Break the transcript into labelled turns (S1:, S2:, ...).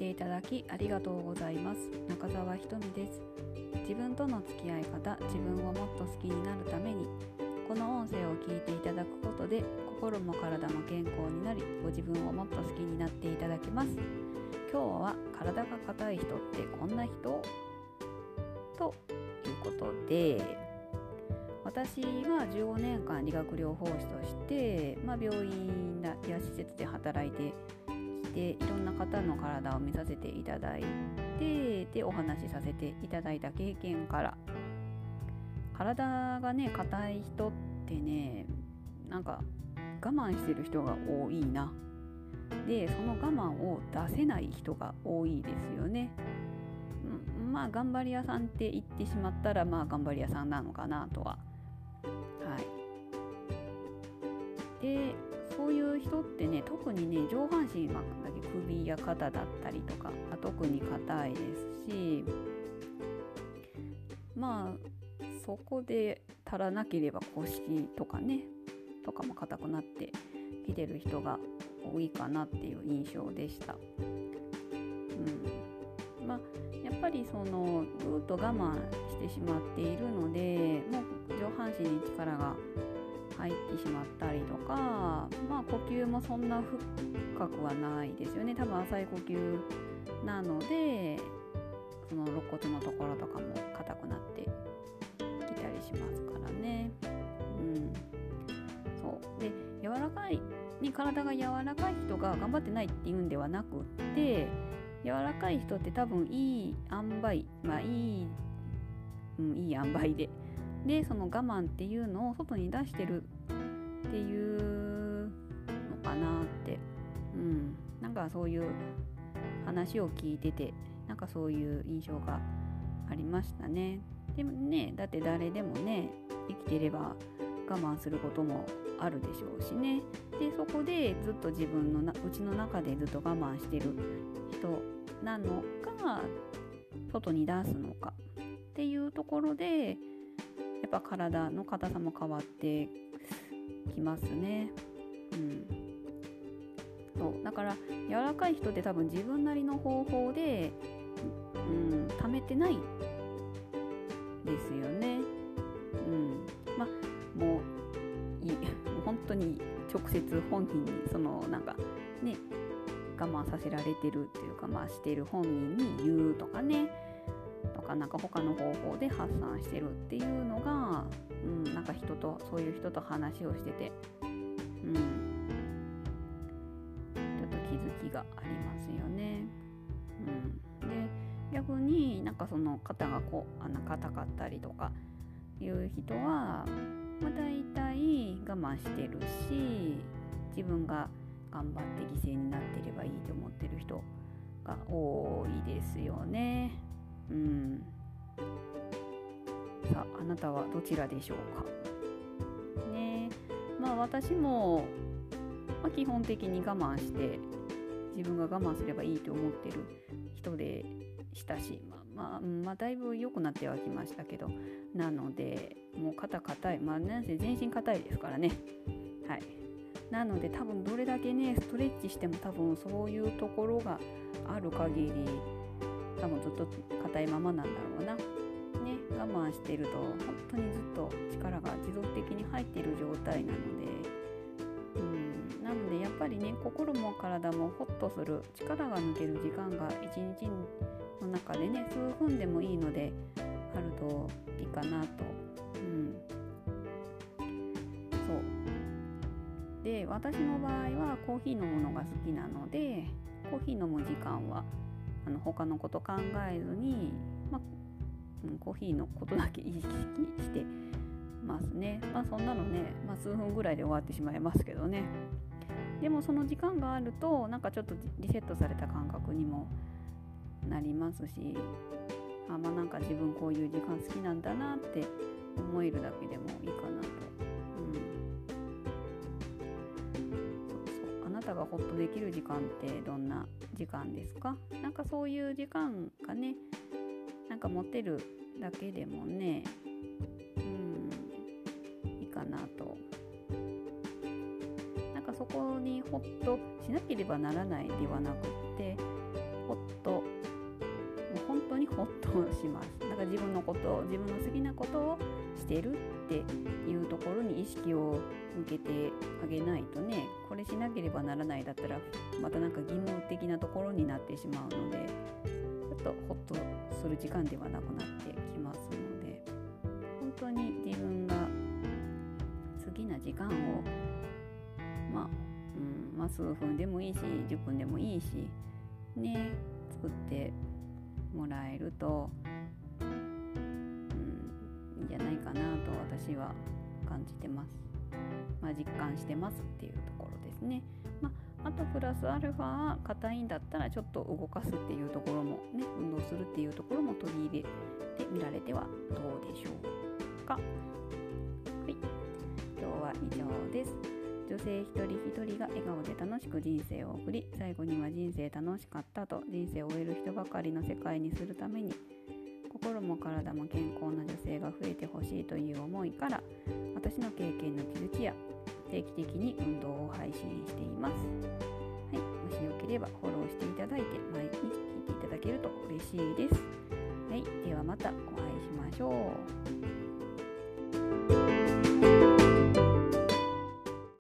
S1: いただきありがとうございます。中澤ひとみです。自分との付き合い方、自分をもっと好きになるために、この音声を聞いていただくことで心も体も健康になり、ご自分をもっと好きになっていただけます。今日は体が硬い人ってこんな人ということで、私は15年間理学療法士として、病院や施設で働いてきて、いろんな方の体を見させていただいて、でお話しさせていただいた経験から、体がね硬い人ってね、なんか我慢してる人が多いな。でその我慢を出せない人が多いですよね。頑張り屋さんって言ってしまったら頑張り屋さんなのかなとは。でそういう人ってね、特にね上半身だけ首や肩だったりとか特に硬いですし、そこで足らなければ腰とかも硬くなってきてる人が多いかなっていう印象でした。やっぱりずっと我慢してしまっているので、もう上半身に力が入ってしまったりとか、呼吸もそんな深くはないですよね。多分浅い呼吸なので、その肋骨のところとかも硬くなってきたりしますからね。そうで、体が柔らかい人が頑張ってないっていうんではなくって、柔らかい人って多分いい塩梅、いい塩梅でその我慢っていうのを外に出してるっていうのかなって、なんかそういう話を聞いてて、なんかそういう印象がありましたね。でもね、だって誰でもね、生きてれば我慢することもあるでしょうしね。でそこでずっと自分の内の中でずっと我慢してる人なのか、外に出すのかっていうところで、やっぱ体の硬さも変わってきますね。そうだから柔らかい人って多分自分なりの方法で、溜めてないですよね。もう本当に直接本人に我慢させられてるっていうか、してる本人に言うとかね、他の方法で発散してるっていうのが、そういう人と話をしてて、ちょっと気づきがありますよね。で逆にその肩が硬かったりとかいう人は、だいたい我慢してるし、自分が頑張って犠牲になっていればいいと思ってる人が多いですよね。さあ、あなたはどちらでしょうかね。私も、基本的に我慢して自分が我慢すればいいと思ってる人でしたし、だいぶ良くなってはきましたけど、なのでもう肩硬い、なんせ全身硬いですからね。なので多分どれだけねストレッチしても、多分そういうところがある限り多分ずっと硬いままなんだろうな。我慢してると本当にずっと力が持続的に入っている状態なので、やっぱりね、心も体もホッとする、力が抜ける時間が一日の中でね、数分でもいいのであるといいかなと。そうで、私の場合はコーヒー飲むのが好きなので、コーヒー飲む時間は他のこと考えずに、コーヒーのことだけ意識してますね。そんなのね、数分ぐらいで終わってしまいますけどね。でもその時間があるとちょっとリセットされた感覚にもなりますし、自分こういう時間好きなんだなって思えるだけでもいいかなと。あなたがホッとできる時間ってどんな時間ですか？そういう時間がね、持てるだけでもね、いいかなと。そこにホッとしなければならないではなくって、ホッもう本当にホッとします。だから自分の好きなことをしてるっていうところに意識を向けてあげないとね、これしなければならないだったらまたなんか義務的なところになってしまうので、ちょっとホッとする時間ではなくなってきますので、本当に自分が好きな時間を数分でもいいし10分でもいいしね、作ってもらえると、いいんじゃないかなと私は感じてます。実感してますっていうところですね。あとプラスアルファ硬いんだったらちょっと動かすっていうところもね、運動するっていうところも取り入れてみられてはどうでしょうか。はい、今日は以上です。女性一人一人が笑顔で楽しく人生を送り、最後には人生楽しかったと人生を終える人ばかりの世界にするために、心も体も健康な女性が増えてほしいという思いから、私の経験の気づきや定期的に運動を配信しています。はい、もしよければフォローしていただいて毎日聞いていただけると嬉しいです。はい、ではまたお会いしましょう。